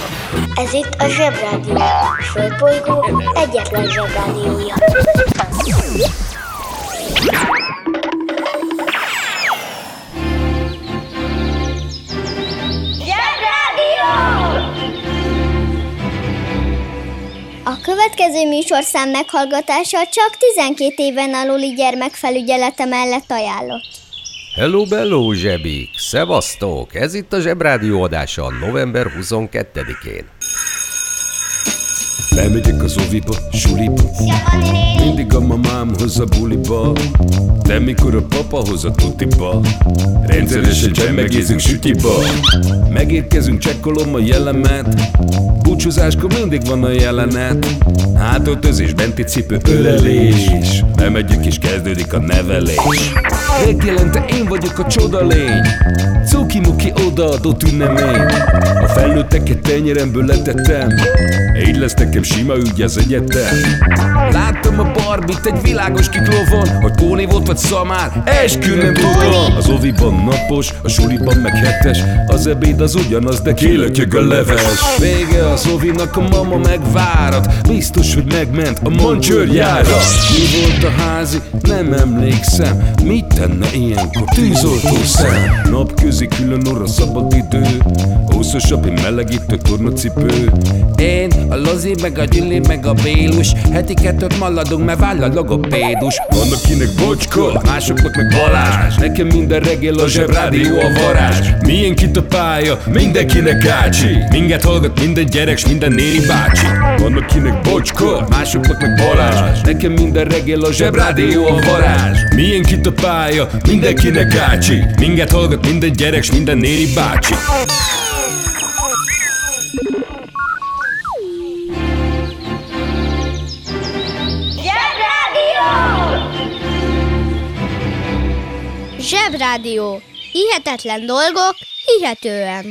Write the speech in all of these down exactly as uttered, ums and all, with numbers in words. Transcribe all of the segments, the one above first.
Ez itt a Zsebrádió, a Földbolygó egyetlen Zsebrádiója. Zsebrádió! A következő műsorszám meghallgatása csak tizenkét éven aluli gyermekfelügyelete mellett ajánlott. Hello, bello, zsebik! Szevasztok! Ez itt a Zsebrádió adása november huszonkettedikén. Lemegyek az oviba, suliba, mindig a mamám hoz a buliba, de mikor a papa hoz a tutiba, rendszeresen csemmegézünk sütiba. Megérkezünk, csekkolom a jellemet, búcsúzáskor mindig van a jelenet, hátöltözés, benti cipő, ölelés, bemegyek és kezdődik a nevelés. Megjelente én vagyok a csodalény, cuki-muki odaadott ünnemény, a felnőtteket tenyeremből letettem, így lesz nekem sima ügy az egyetem. Láttam a Barbit egy világos kiklovon, hogy póni volt vagy szamár, eskü nem tudom. Az oviban napos, a suliban meg hetes, az ebéd az ugyanaz, de kilötyög a leves. Vége az ovinak, a mama megvárat, biztos, hogy megment a mancsőrjára. Mi volt a házi? Nem emlékszem, mit tenne ilyenkor tűzoltó szem? Napközi külön orra szabad idő, húszosabb, én melegítő tornacipő. Én, a Lozi, meg a Gyüli, meg a Bélus, heti kettőt maladunk, mert váll a logopédus. Van akinek Bocska, másoknak meg Balázs, nekem minden reggel a Zsebrádió a varázs. Miénk itt a pálya, mindenkinek ácsi, minket hallgat minden gyerek s minden néri bácsi. Van akinek Bocska, másoknak meg Balázs, nekem minden reggel a Zsebrádió a varázs. Miénk itt a pálya, mindenkinek ácsi, minket hallgat minden gyerek s minden néri bácsi. Zsebrádió. Hihetetlen dolgok, hihetően.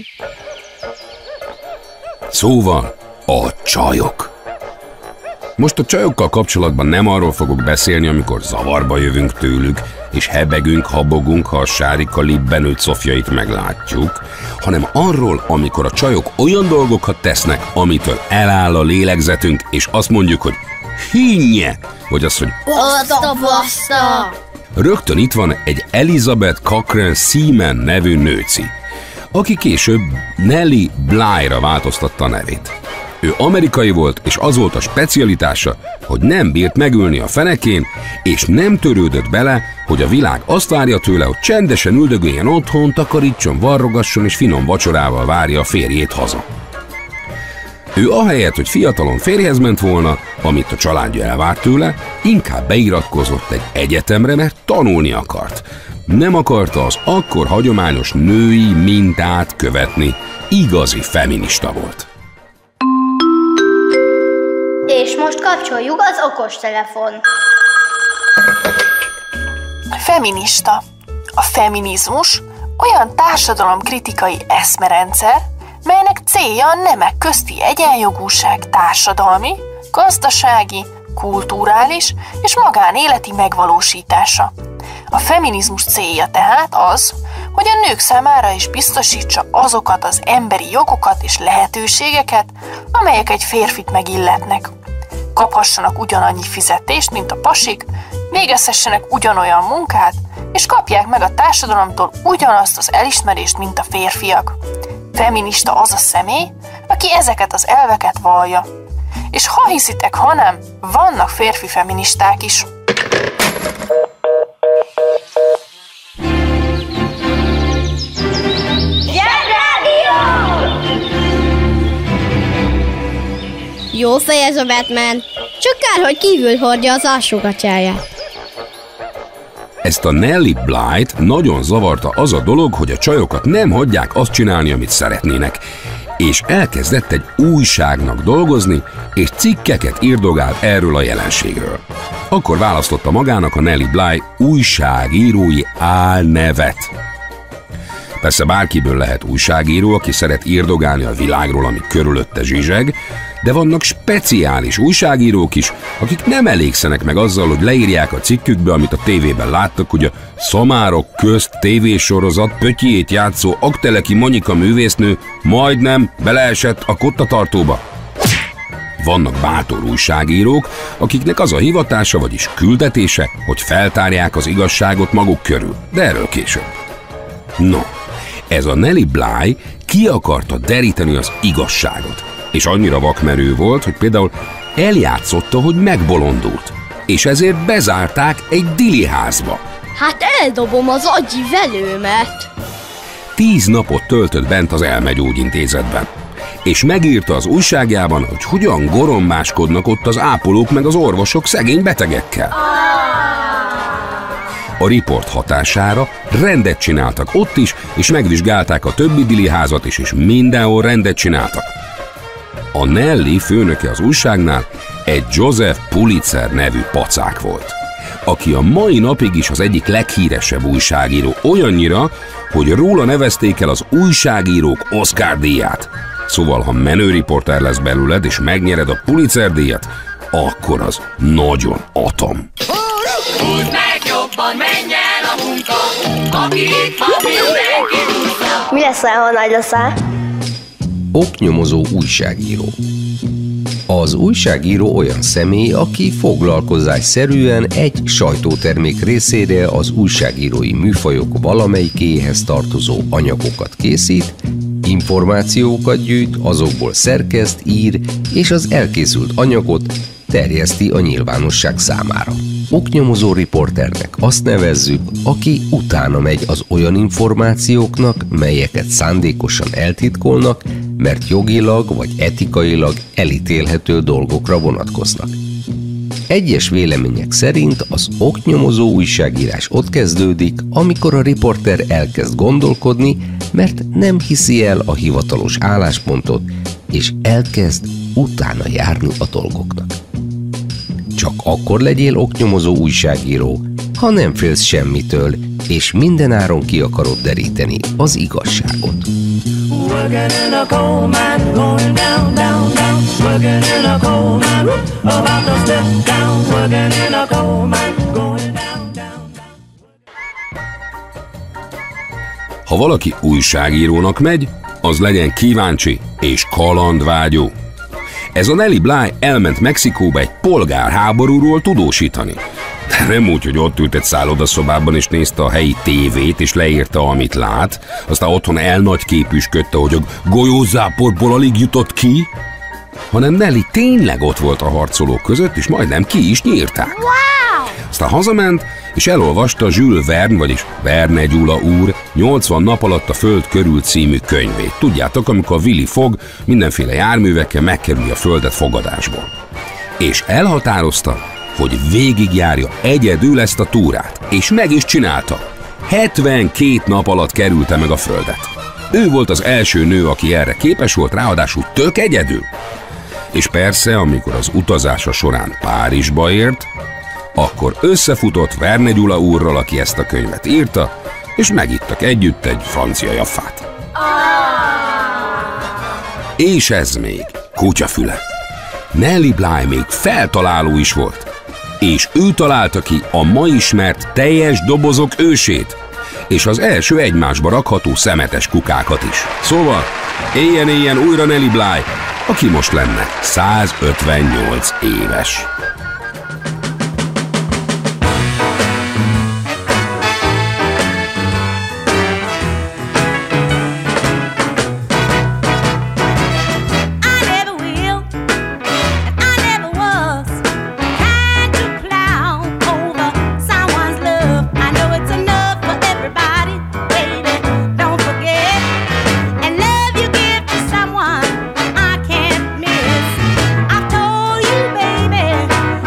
Szóval a csajok. Most a csajokkal kapcsolatban nem arról fogok beszélni, amikor zavarba jövünk tőlük, és hebegünk, habogunk, ha a Sárika libbenőtt Szofjait meglátjuk, hanem arról, amikor a csajok olyan dolgokat tesznek, amitől eláll a lélegzetünk, és azt mondjuk, hogy hinnye, vagy azt, hogy Baszta-baszta! Rögtön itt van egy Elizabeth Cochrane Seaman nevű nőci, aki később Nellie Bly-ra változtatta a nevét. Ő amerikai volt, és az volt a specialitása, hogy nem bírt megülni a fenekén, és nem törődött bele, hogy a világ azt várja tőle, hogy csendesen üldögéljen otthon, takarítson, varrogasson és finom vacsorával várja a férjét haza. Ő ahelyett, hogy fiatalon férjhez ment volna, amit a családja elvárt tőle, inkább beiratkozott egy egyetemre, mert tanulni akart. Nem akarta az akkor hagyományos női mintát követni. Igazi feminista volt. És most kapcsoljuk az okostelefon. Feminista. A feminizmus olyan társadalomkritikai eszmerendszer, melynek célja a nemek közti egyenjogúság társadalmi, gazdasági, kulturális és magánéleti megvalósítása. A feminizmus célja tehát az, hogy a nők számára is biztosítsa azokat az emberi jogokat és lehetőségeket, amelyek egy férfit megilletnek. Kaphassanak ugyanannyi fizetést, mint a pasik, végezhessenek ugyanolyan munkát, és kapják meg a társadalomtól ugyanazt az elismerést, mint a férfiak. Feminista az a személy, aki ezeket az elveket vallja. És ha hiszitek, ha nem, vannak férfi feministák is. Jó fej ez a Batman, csak kár, hogy kívül hordja az alsógatyáját. Ezt a Nellie Bly-t nagyon zavarta az a dolog, hogy a csajokat nem hagyják azt csinálni, amit szeretnének, és elkezdett egy újságnak dolgozni, és cikkeket írdogált erről a jelenségről. Akkor választotta magának a Nellie Bly újságírói álnevet. Persze bárkiből lehet újságíró, aki szeret írdogálni a világról, ami körülötte zsizseg, de vannak speciális újságírók is, akik nem elégszenek meg azzal, hogy leírják a cikkükbe, amit a tévében láttak, hogy a Szamárok közt tévésorozat pötyjét játszó Akteleki Monika művésznő majdnem beleesett a kottatartóba. Vannak bátor újságírók, akiknek az a hivatása, vagyis küldetése, hogy feltárják az igazságot maguk körül, de erről később. No, ez a Nellie Bly ki akarta deríteni az igazságot, és annyira vakmerő volt, hogy például eljátszotta, hogy megbolondult, és ezért bezárták egy diliházba. Hát eldobom az agyi velőmet. Tíz napot töltött bent az elmegyógyintézetben, és megírta az újságjában, hogy hogyan gorombáskodnak ott az ápolók meg az orvosok szegény betegekkel. A riport hatására rendet csináltak ott is, és megvizsgálták a többi diliházat is, és mindenhol rendet csináltak. A Nellie főnöke az újságnál egy Joseph Pulitzer nevű pacák volt, aki a mai napig is az egyik leghíresebb újságíró, olyannyira, hogy róla nevezték el az újságírók Oscar-díját. Szóval, ha menő riporter lesz belőled, és megnyered a Pulitzer-díjat, akkor az nagyon atom. Húzd meg jobban, menj el a munka, akik ma mindenki húzza. Mi lesz, ha nagy leszel? Oknyomozó újságíró. Az újságíró olyan személy, aki foglalkozásszerűen egy sajtótermék részére az újságírói műfajok valamelyikéhez tartozó anyagokat készít, információkat gyűjt, azokból szerkeszt, ír, és az elkészült anyagot terjeszti a nyilvánosság számára. Oknyomozó riporternek azt nevezzük, aki utána megy az olyan információknak, melyeket szándékosan eltitkolnak, mert jogilag vagy etikailag elítélhető dolgokra vonatkoznak. Egyes vélemények szerint az oknyomozó újságírás ott kezdődik, amikor a riporter elkezd gondolkodni, mert nem hiszi el a hivatalos álláspontot, és elkezd utána járni a dolgoknak. Csak akkor legyél oknyomozó újságíró, ha nem félsz semmitől, és mindenáron ki akarod deríteni az igazságot. Ha valaki újságírónak megy, az legyen kíváncsi és kalandvágyó. Ez a Nellie Bly elment Mexikóba egy polgárháborúról tudósítani. De nem úgy, hogy ott ült egy szállodaszobában és nézte a helyi tévét és leírta, amit lát, aztán otthon elnagyképűsködte, hogy a golyózáporból alig jutott ki, hanem Nellie tényleg ott volt a harcolók között, és majdnem ki is nyírták. Wow! Aztán hazament, és elolvasta Jules Verne, vagyis Verne Gyula úr nyolcvan nap alatt a Föld körül című könyvét. Tudjátok, amikor Willy Fogg mindenféle járművekkel megkerüli a Földet fogadásból. És elhatározta, hogy végigjárja egyedül ezt a túrát, és meg is csinálta. hetvenkét nap alatt kerülte meg a Földet. Ő volt az első nő, aki erre képes volt, ráadásul tök egyedül. És persze, amikor az utazása során Párizsba ért, akkor összefutott Verne Gyula úrral, aki ezt a könyvet írta, és megittak együtt egy francia jaffát. És ez még kutyafüle. Nellie Bly még feltaláló is volt, és ő találta ki a ma ismert teljes dobozok ősét, és az első egymásba rakható szemetes kukákat is. Szóval éljen-éljen újra Nellie Bly, aki most lenne százötvennyolc éves. I've told you, baby,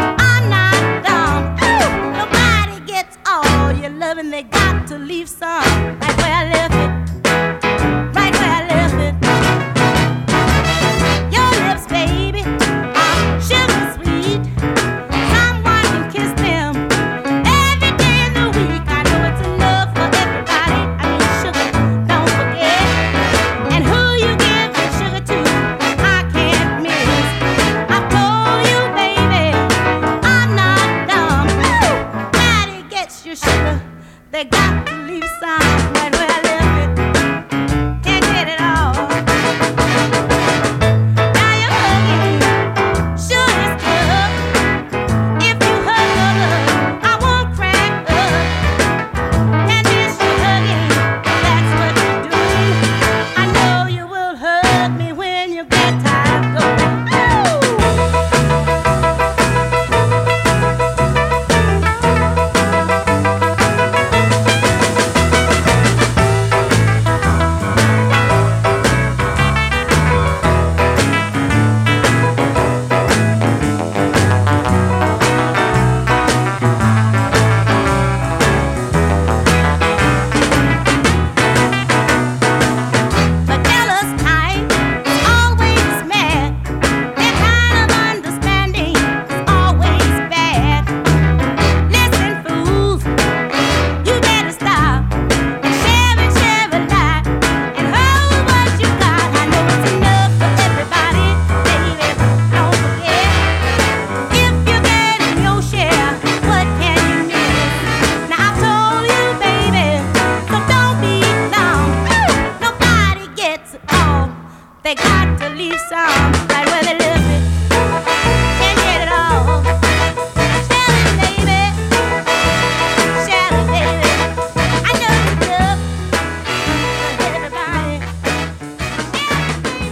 song, right where they left it. Can't get it all. Shout it, baby. Shout it, baby. I know it's love for everybody. Shout it,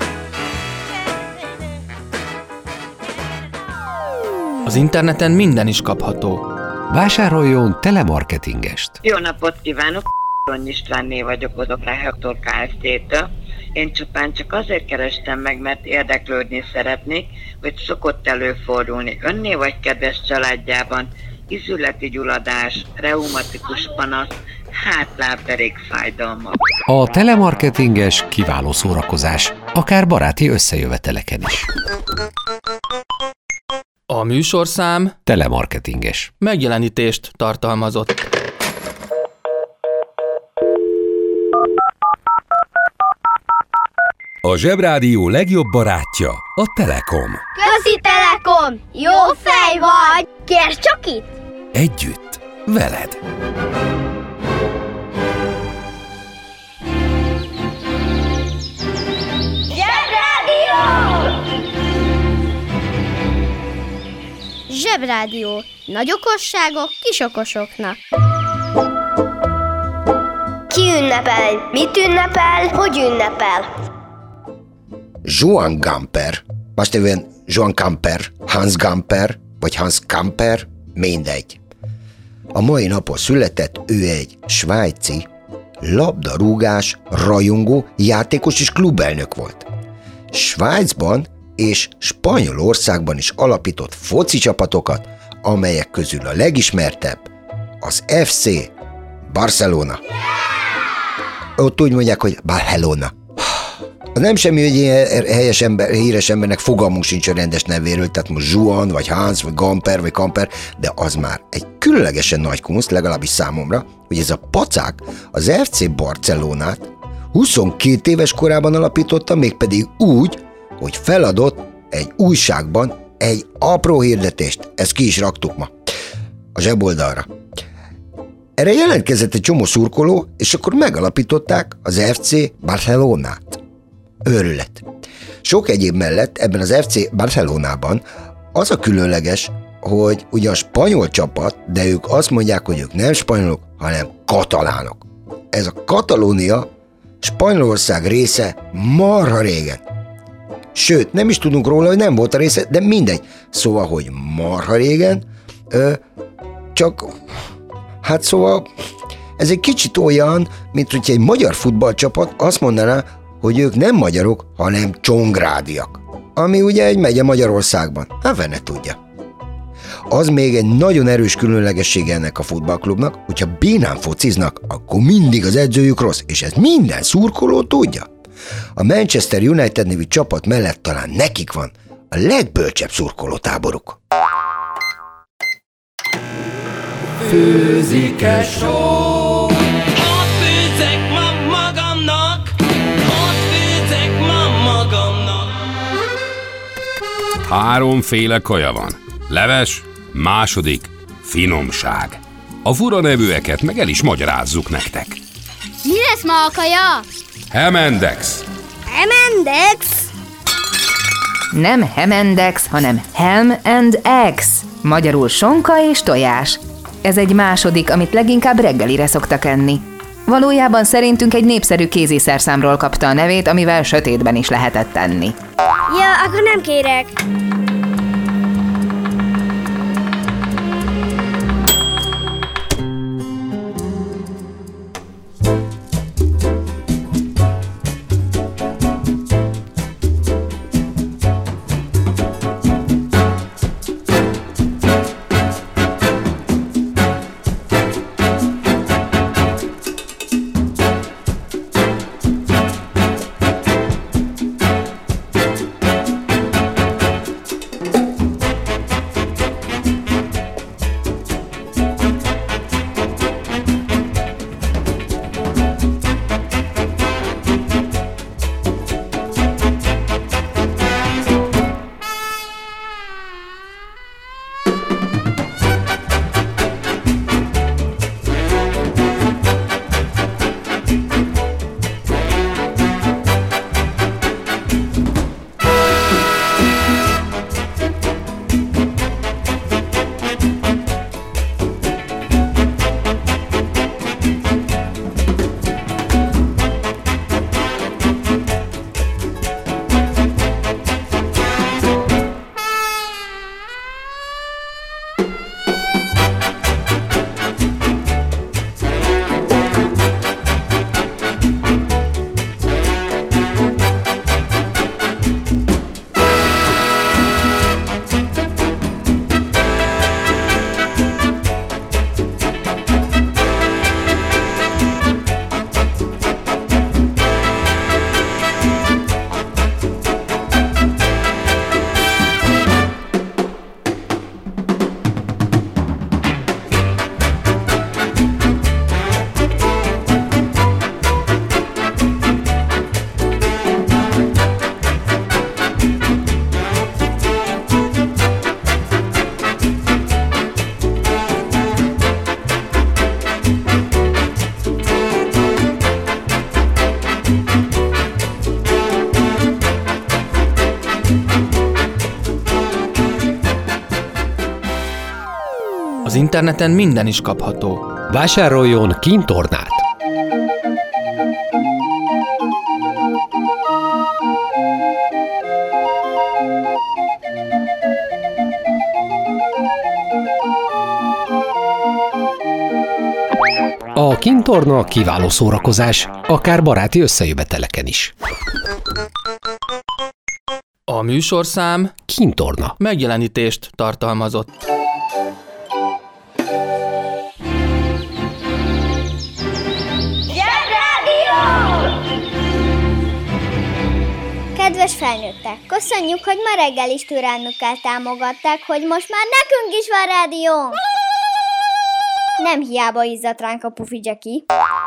baby. Shout it, baby. Az interneten minden is kapható. Vásároljon telemarketingest! Jó napot kívánok! Tonyi Istvánné vagyok, Odok Hektor Kft-től. Én csupán csak azért kerestem meg, mert érdeklődni szeretnék, hogy szokott előfordulni önné vagy kedves családjában ízületi gyulladás, reumatikus panasz, hátlábderék fájdalmak. A telemarketinges kiváló szórakozás, akár baráti összejöveteleken is. A műsorszám telemarketinges megjelenítést tartalmazott. A Zsebrádió legjobb barátja a Telekom. Közi Telekom! Jó fej vagy! Kérd csak itt! Együtt, veled. Zsebrádió! Zsebrádió. Nagy okosságok kis okosoknak. Ki ünnepel? Mit ünnepel? Hogy ünnepel? Johann Gamper, más néven Johann Gamper, Hans Gamper, vagy Hans Gamper, mindegy. A mai napon született, ő egy svájci labdarúgás, rajongó, játékos és klubelnök volt. Svájcban és Spanyolországban is alapított foci csapatokat, amelyek közül a legismertebb az ef cé Barcelona. Ott úgy mondják, hogy Barcelona. Nem semmi, hogy ilyen helyes ember, híres embernek fogalmunk sincs a rendes nevéről, tehát most Johann, vagy Hans, vagy Gamper, vagy Kamper, de az már egy különlegesen nagy kunst, legalábbis számomra, hogy ez a pacák az ef cé Barcelonát huszonkét éves korában alapította, mégpedig úgy, hogy feladott egy újságban egy apró hirdetést. Ezt ki is raktuk ma a zseboldalra. Erre jelentkezett egy csomó szurkoló, és akkor megalapították az ef cé Barcelonát. Őrület. Sok egyéb mellett ebben az ef cé Barcelonában az a különleges, hogy ugyan spanyol csapat, de ők azt mondják, hogy ők nem spanyolok, hanem katalánok. Ez a Katalónia Spanyolország része marha régen. Sőt, nem is tudunk róla, hogy nem volt a része, de mindegy. Szóval, hogy marha régen, ö, csak, hát szóval, ez egy kicsit olyan, mint hogyha egy magyar futballcsapat azt mondaná, hogy ők nem magyarok, hanem csongrádiak. Ami ugye egy megye Magyarországban. Hát fene tudja. Az még egy nagyon erős különlegessége ennek a futballklubnak, hogyha bénán fociznak, akkor mindig az edzőjük rossz, és ezt minden szurkoló tudja. A Manchester United nevű csapat mellett talán nekik van a legbölcsebb szurkolótáboruk. Főzik-e só? Hadd főzzek ma magamnak, hadd főzzek ma magamnak. Háromféle kaja van. Leves, második, finomság. A fura nevűeket meg el is magyarázzuk nektek. Mi lesz ma a kaja? Hemendex. Hemendex? Nem Hemendex, hanem Ham and Eggs. Magyarul sonka és tojás. Ez egy második, amit leginkább reggelire szoktak enni. Valójában szerintünk egy népszerű kéziszerszámról kapta a nevét, amivel sötétben is lehetett enni. Ja, akkor nem kérek. Az interneten minden is kapható. Vásároljon kintornát! A kintorna kiváló szórakozás, akár baráti összejöveteleken is. A műsorszám kintorna megjelenítést tartalmazott. Zsebrádió! Kedves felnőttek, köszönjük, hogy ma reggel is türelmükkel támogatták, hogy most már nekünk is van rádió! Nem hiába izzadt ránk a Pufi Jackie.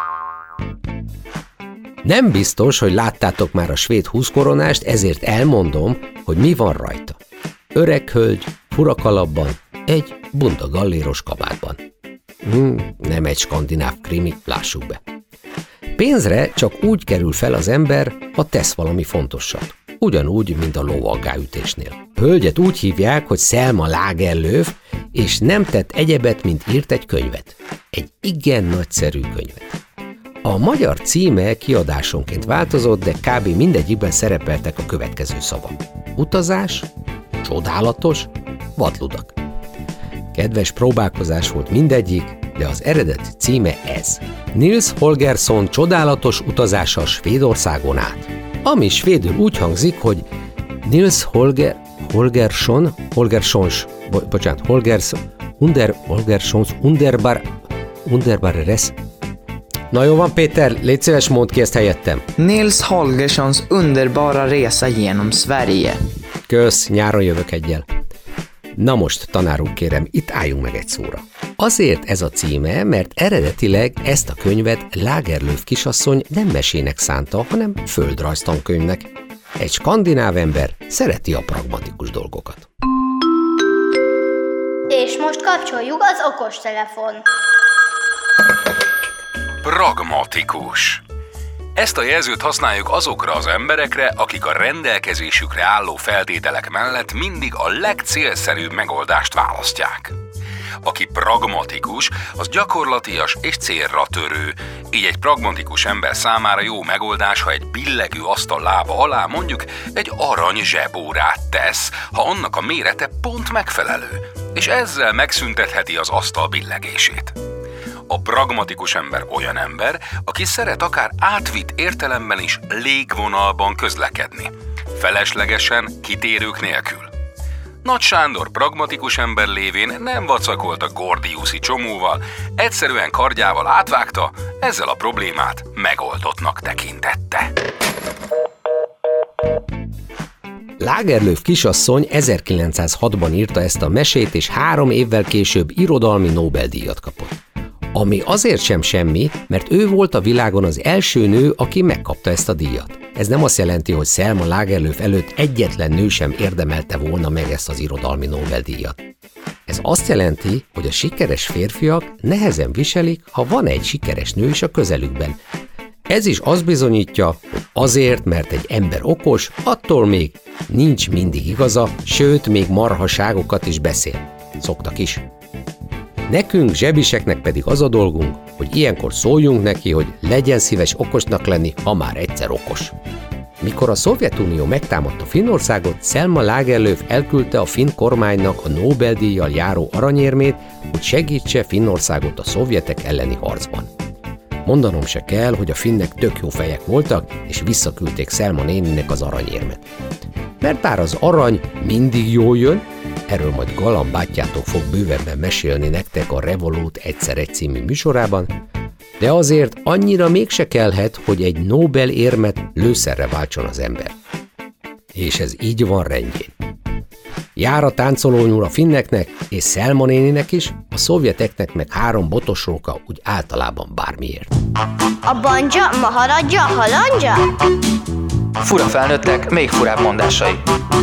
Nem biztos, hogy láttátok már a svéd húszkoronást, ezért elmondom, hogy mi van rajta. Öreg hölgy, furakalapban, egy bunda galléros kabátban. Hmm, nem egy skandináv krimi, lássuk be. Pénzre csak úgy kerül fel az ember, ha tesz valami fontosat. Ugyanúgy, mint a lóvalgáütésnél. Hölgyet úgy hívják, hogy Selma Lagerlöf, és nem tett egyebet, mint írt egy könyvet. Egy igen nagyszerű könyvet. A magyar címe kiadásonként változott, de kb. Mindegyikben szerepeltek a következő szavak. Utazás, csodálatos, vadludak. Kedves próbálkozás volt mindegyik, de az eredeti címe ez. Nils Holgersson csodálatos utazása Svédországon át. Ami svédül úgy hangzik, hogy Nils Holger, Holgersson, Holgerssons, bo, bocsánat, Holgers, Under, Holgerssons, Underbar, Underbar res. Na jó van, Péter, légy szíves, mondd ki ezt helyettem. Nils Holgerssons underbara resa genom Sverige. Kösz, nyáron jövök egyel. Na most, tanár úr, kérem, itt álljunk meg egy szóra. Azért ez a címe, mert eredetileg ezt a könyvet Lagerlöf kisasszony nem mesének szánta, hanem földrajztankönyvnek. Egy skandináv ember szereti a pragmatikus dolgokat. És most kapcsoljuk az okostelefon. Pragmatikus. Ezt a jelzőt használjuk azokra az emberekre, akik a rendelkezésükre álló feltételek mellett mindig a legcélszerűbb megoldást választják. Aki pragmatikus, az gyakorlatias és célra törő. Így egy pragmatikus ember számára jó megoldás, ha egy billegő asztal lába alá mondjuk egy arany zsebórát tesz, ha annak a mérete pont megfelelő, és ezzel megszüntetheti az asztal billegését. A pragmatikus ember olyan ember, aki szeret akár átvitt értelemben is légvonalban közlekedni. Feleslegesen, kitérők nélkül. Nagy Sándor pragmatikus ember lévén nem vacakolt a gordiuszi csomóval, egyszerűen kardjával átvágta, ezzel a problémát megoldottnak tekintette. Lagerlöf kisasszony ezerkilencszázhatban írta ezt a mesét, és három évvel később irodalmi Nobel-díjat kapott. Ami azért sem semmi, mert ő volt a világon az első nő, aki megkapta ezt a díjat. Ez nem azt jelenti, hogy Selma Lagerlöf előtt egyetlen nő sem érdemelte volna meg ezt az irodalmi Nobel-díjat. Ez azt jelenti, hogy a sikeres férfiak nehezen viselik, ha van egy sikeres nő is a közelükben. Ez is azt bizonyítja, hogy azért, mert egy ember okos, attól még nincs mindig igaza, sőt, még marhaságokat is beszél. Szoktak is. Nekünk, zsebiseknek pedig az a dolgunk, hogy ilyenkor szóljunk neki, hogy legyen szíves okosnak lenni, ha már egyszer okos. Mikor a Szovjetunió megtámadta Finnországot, Selma Lagerlöf elküldte a finn kormánynak a Nobel-díjjal járó aranyérmét, hogy segítse Finnországot a szovjetek elleni harcban. Mondanom se kell, hogy a finnek tök jó fejek voltak, és visszaküldték Selma néninek az aranyérmet. Mert bár az arany mindig jól jön, erről majd Galamb bátyjátok fog bővebben mesélni nektek a Revolut egyszer egy című műsorában, de azért annyira mégse kellhet, hogy egy Nobel-érmet lőszerre váltson az ember. És ez így van rendjén. Jár a táncolónyúl a finneknek, és Selma néninek is, a szovjeteknek meg három botos róka, úgy általában bármiért. A banja, maharadja, halandja? Fura felnőttek, még furább mondásai.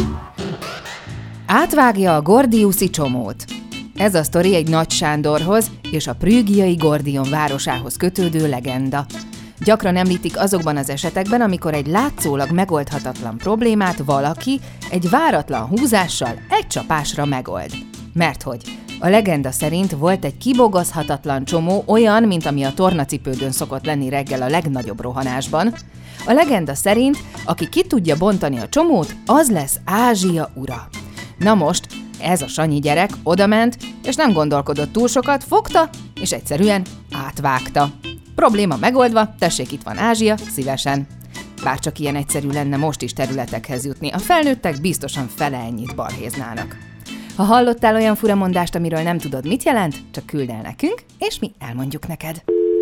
Átvágja a gordiuszi csomót. Ez a sztori egy Nagy Sándorhoz és a prügiai Gordion városához kötődő legenda. Gyakran említik azokban az esetekben, amikor egy látszólag megoldhatatlan problémát valaki egy váratlan húzással egy csapásra megold. Mert hogy A legenda szerint volt egy kibogozhatatlan csomó, olyan, mint ami a tornacipődön szokott lenni reggel a legnagyobb rohanásban. A legenda szerint, aki ki tudja bontani a csomót, az lesz Ázsia ura. Na most, ez a Sanyi gyerek odament, és nem gondolkodott túl sokat, fogta, és egyszerűen átvágta. Probléma megoldva, tessék, itt van Ázsia, szívesen. Bárcsak ilyen egyszerű lenne most is területekhez jutni, a felnőttek biztosan fele ennyit balhéznának. Ha hallottál olyan furamondást, amiről nem tudod, mit jelent, csak küld el nekünk, és mi elmondjuk neked.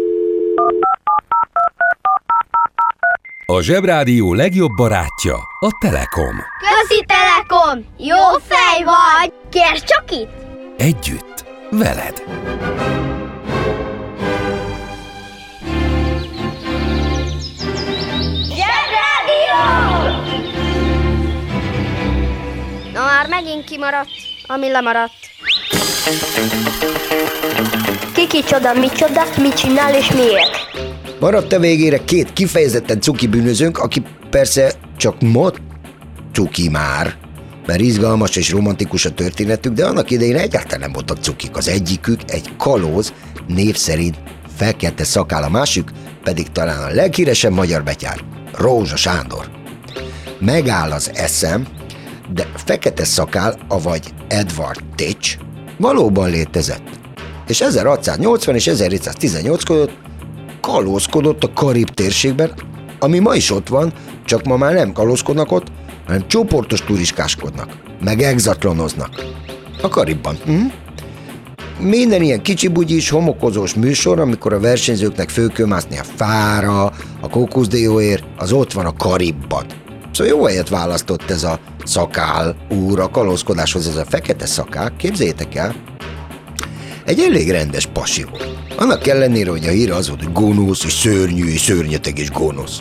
A Zsebrádió legjobb barátja a Telekom. Közi Telekom! Jó fej vagy! Kérd csak itt! Együtt, veled. Zsebrádió! Na már megint kimaradt, ami lemaradt. Ki kicsoda, micsoda, mit csinál és miért? Maradt a végére két kifejezetten cuki bűnözőnk, aki persze csak ma cuki már, mert izgalmas és romantikus a történetük, de annak idején egyáltalán nem voltak cukik. Az egyikük egy kalóz, név szerint Fekete Szakál, a másik pedig talán a leghíresebb magyar betyár, Rózsa Sándor. Megáll az eszem, de Fekete Szakál, avagy Edward Teach valóban létezett. És ezerhatszáznyolcvan és ezerhétszáztizennyolc között kalózkodott a Karib térségben, ami ma is ott van, csak ma már nem kalózkodnak ott, hanem csoportos turistáskodnak, meg exatlonoznak. A Karibban. Hm? Minden ilyen kicsi-bugyis, homokozós műsor, amikor a versenyzőknek föl kell mászni a fára, a kókuszdióért, az ott van a Karibban. Szóval jó helyet választott ez a Szakál úr a kalózkodáshoz, ez a Fekete Szakál, képzeljétek el, egy elég rendes pasi volt. Annak ellenére, hogy a híre az volt, hogy gonosz, és szörnyű, és szörnyeteg, és gonosz.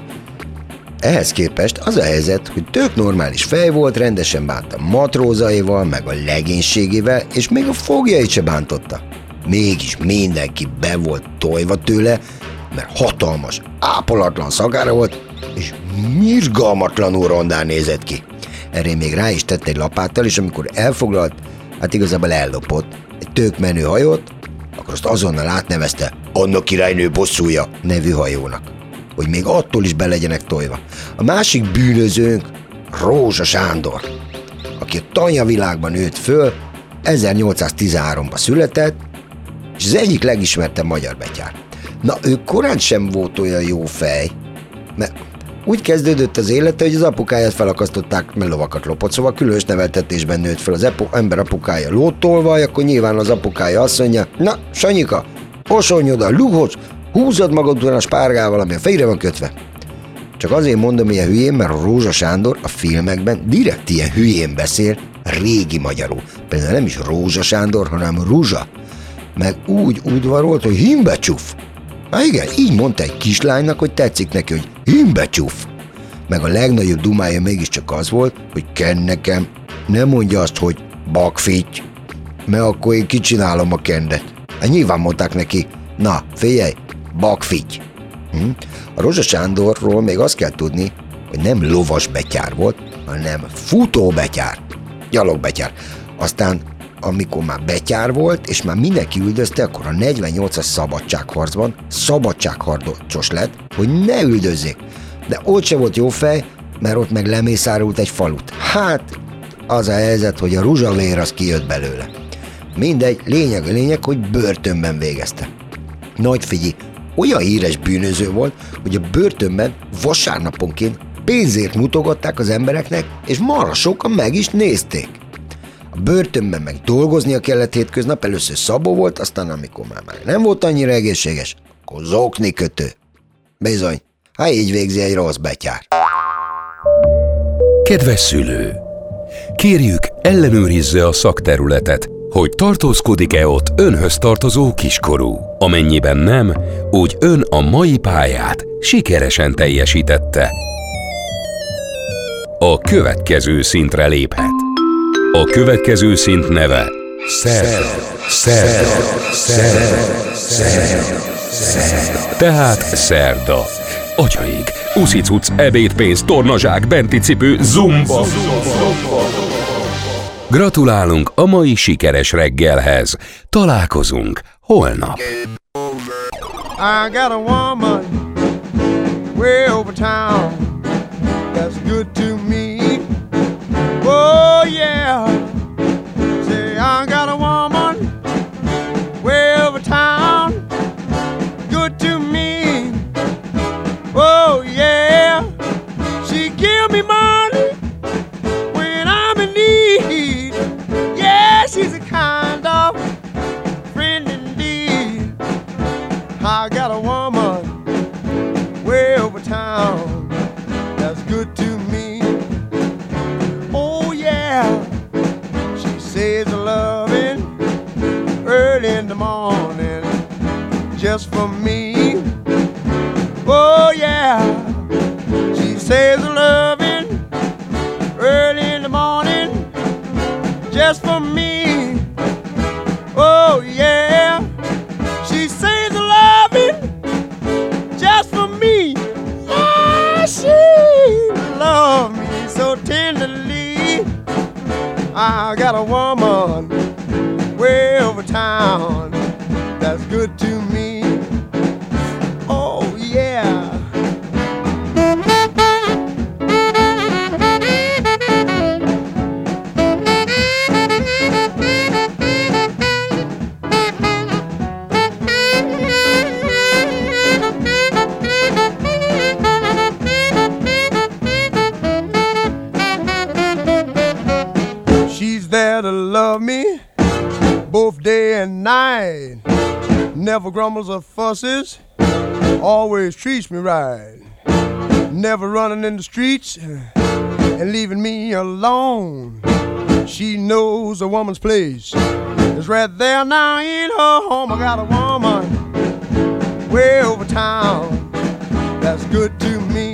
Ehhez képest az a helyzet, hogy tök normális fej volt, rendesen bánta matrózaival, meg a legénységével, és még a fogjait se bántotta. Mégis mindenki be volt tojva tőle, mert hatalmas, ápolatlan szakára volt, és mirgalmatlanul rondán nézett ki. Erre még rá is tett egy lapáttal, és amikor elfoglalt, hát igazából ellopott egy tök menő hajót, akkor azt azonnal átnevezte Anna királynő bosszúja nevű hajónak, hogy még attól is be legyenek tojva. A másik bűnözőnk Rózsa Sándor, aki a tanyavilágban nőtt föl, ezernyolcszáztizenháromban született, és az egyik legismertebb magyar betyár. Na, ő korán sem volt olyan jó fej, mert úgy kezdődött az élete, hogy az apukáját felakasztották, mert lovakat lopott, szóval különös neveltetésben nőtt fel. Az epo- ember apukája lótolvaj, akkor nyilván az apukája azt mondja, na, Sanyika, osonj oda a lúghoz, húzod magad után a spárgával, ami a fejre van kötve. Csak azért mondom ilyen hülyén, mert a Rózsa Sándor a filmekben direkt ilyen hülyén beszél, régi magyarul. Például nem is Rózsa Sándor, hanem Ruzsa. Meg úgy udvarolt, hogy himbecsuf. Há igen, így mondta egy kislánynak, hogy tetszik neki, hogy himbecsuf. Meg a legnagyobb dumája mégiscsak az volt, hogy kenn nekem, ne mondja azt, hogy bakfitty, mert akkor én kicsinálom a kendet. Hát nyilván mondták neki, na, figyelj, bakfitty. Hm? A Rózsa Sándorról még azt kell tudni, hogy nem lovas betyár volt, hanem futóbetyár, gyalogbetyár. Aztán amikor már betyár volt, és már mindenki üldözte, akkor a negyvennyolcas szabadságharcban szabadságharcos lett, hogy ne üldözzék. De ott se volt jó fej, mert ott meg lemészárult egy falut. Hát, az a helyzet, hogy a ruzsavér az kijött belőle. Mindegy, lényeg a lényeg, hogy börtönben végezte. Nagy figyi, olyan híres bűnöző volt, hogy a börtönben vasárnaponként pénzért mutogatták az embereknek, és marha sokan meg is nézték. A börtönben meg dolgoznia kellett hétköznap, először szabó volt, aztán amikor már, már nem volt annyira egészséges, akkor zokni kötő. Bizony, hát így végzi egy rossz betyár. Kedves szülő! Kérjük, ellenőrizze a szakterületet, hogy tartózkodik-e ott önhöz tartozó kiskorú. Amennyiben nem, úgy ön a mai pályát sikeresen teljesítette. A következő szintre léphet. A következő szint neve Szerda, Szerda, Szerda, Szerda, Szerda. Tehát szerda. Atyaik, uszicuc, ebédpénz, tornazsák, benti cipő, zumba. Gratulálunk a mai sikeres reggelhez. Találkozunk holnap. I got a woman way over town that's good to me. Oh yeah. Say I got a woman way over town good to me. Oh yeah. She give me money when I'm in need. Yeah, she's a kind of friend indeed. I got a woman way over town that's good to me. Oh yeah, she says a loving early in the morning just for me. Oh yeah, she says a loving early in the morning just for me. Oh yeah, she says a loving just for me. Yeah, she loves me so tenderly. I got a woman way over town that's good to me. Oh yeah. She's there to love me both day and night. Never grumbles or fusses, always treats me right. Never running in the streets and leaving me alone. She knows a woman's place is right there now in her home. I got a woman way over town that's good to me.